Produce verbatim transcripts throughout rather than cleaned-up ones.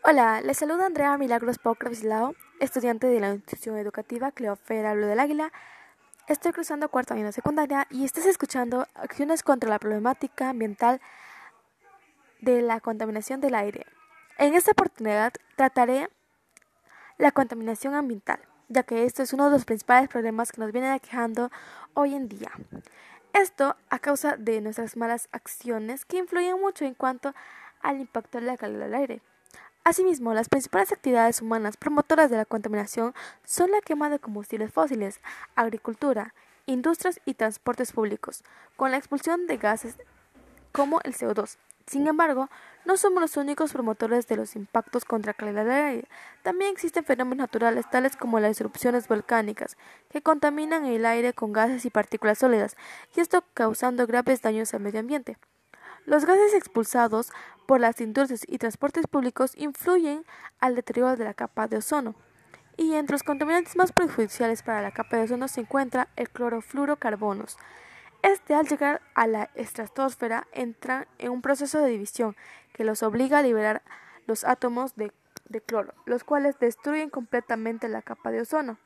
Hola, les saluda Andrea Milagros Pau Cravislao, estudiante de la institución educativa Cleofera Blue del Águila. Estoy cursando cuarto año de secundaria y estás escuchando acciones contra la problemática ambiental de la contaminación del aire. En esta oportunidad trataré la contaminación ambiental, ya que esto es uno de los principales problemas que nos vienen aquejando hoy en día. Esto a causa de nuestras malas acciones que influyen mucho en cuanto al impacto de la calidad del aire. Asimismo, las principales actividades humanas promotoras de la contaminación son la quema de combustibles fósiles, agricultura, industrias y transportes públicos, con la expulsión de gases como el C O dos. Sin embargo, no somos los únicos promotores de los impactos contra la calidad del aire. También existen fenómenos naturales tales como las erupciones volcánicas, que contaminan el aire con gases y partículas sólidas, y esto causando graves daños al medio ambiente. Los gases expulsados por las industrias y transportes públicos influyen al deterioro de la capa de ozono. Y entre los contaminantes más perjudiciales para la capa de ozono se encuentra el clorofluorocarbonos. Este, al llegar a la estratosfera, entra en un proceso de división que los obliga a liberar los átomos de, de cloro, los cuales destruyen completamente la capa de ozono.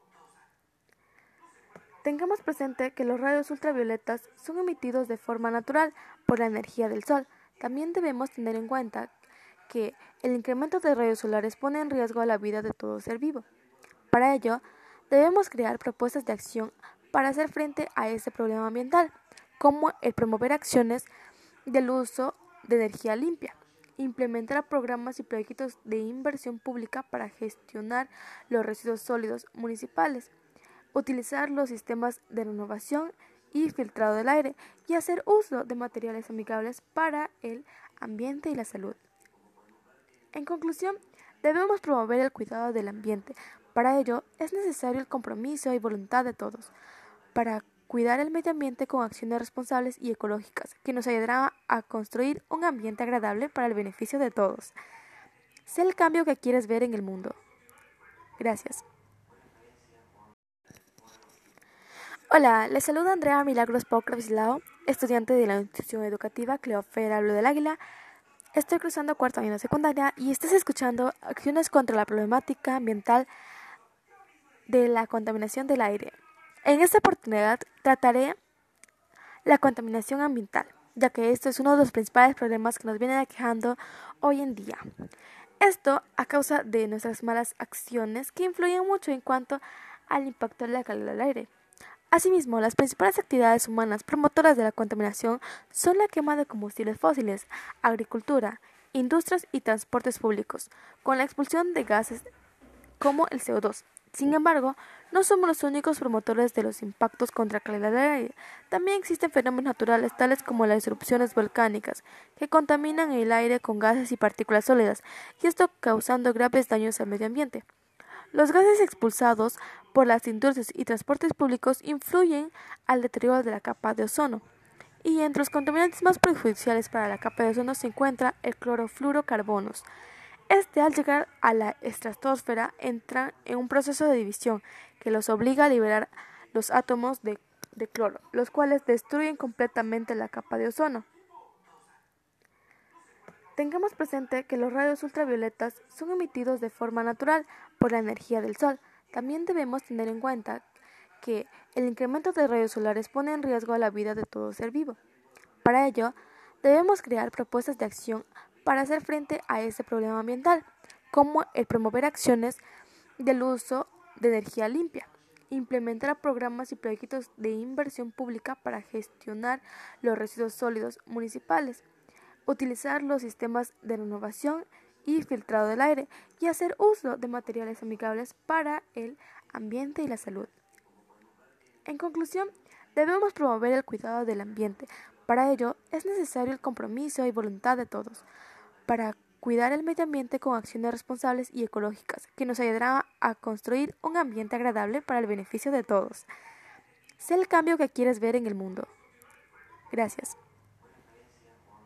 Tengamos presente que los rayos ultravioletas son emitidos de forma natural por la energía del sol. También debemos tener en cuenta que el incremento de rayos solares pone en riesgo la vida de todo ser vivo. Para ello, debemos crear propuestas de acción para hacer frente a este problema ambiental, como el promover acciones del uso de energía limpia, implementar programas y proyectos de inversión pública para gestionar los residuos sólidos municipales, utilizar los sistemas de renovación y filtrado del aire y hacer uso de materiales amigables para el ambiente y la salud. En conclusión, debemos promover el cuidado del ambiente. Para ello, es necesario el compromiso y voluntad de todos, para cuidar el medio ambiente con acciones responsables y ecológicas, que nos ayudarán a construir un ambiente agradable para el beneficio de todos. Sé el cambio que quieres ver en el mundo. Gracias. Hola, les saluda Andrea Milagros Pau Cravislao, estudiante de la institución educativa Cleofera Blue del Águila. Estoy cursando cuarto año de secundaria y estás escuchando acciones contra la problemática ambiental de la contaminación del aire. En esta oportunidad trataré la contaminación ambiental, ya que esto es uno de los principales problemas que nos vienen aquejando hoy en día. Esto a causa de nuestras malas acciones que influyen mucho en cuanto al impacto de la calidad del aire. Asimismo, las principales actividades humanas promotoras de la contaminación son la quema de combustibles fósiles, agricultura, industrias y transportes públicos, con la expulsión de gases como el C O dos. Sin embargo, no somos los únicos promotores de los impactos contra la calidad del aire. También existen fenómenos naturales tales como las erupciones volcánicas, que contaminan el aire con gases y partículas sólidas, y esto causando graves daños al medio ambiente. Los gases expulsados por las industrias y transportes públicos influyen al deterioro de la capa de ozono. Y entre los contaminantes más perjudiciales para la capa de ozono se encuentra el clorofluorocarbonos. Este, al llegar a la estratosfera, entra en un proceso de división que los obliga a liberar los átomos de, de cloro, los cuales destruyen completamente la capa de ozono. Tengamos presente que los rayos ultravioletas son emitidos de forma natural por la energía del sol. También debemos tener en cuenta que el incremento de rayos solares pone en riesgo la vida de todo ser vivo. Para ello, debemos crear propuestas de acción para hacer frente a este problema ambiental, como el promover acciones del uso de energía limpia, implementar programas y proyectos de inversión pública para gestionar los residuos sólidos municipales, utilizar los sistemas de renovación y filtrado del aire y hacer uso de materiales amigables para el ambiente y la salud. En conclusión, debemos promover el cuidado del ambiente. Para ello, es necesario el compromiso y voluntad de todos, para cuidar el medio ambiente con acciones responsables y ecológicas, que nos ayudarán a construir un ambiente agradable para el beneficio de todos. Sé el cambio que quieres ver en el mundo. Gracias.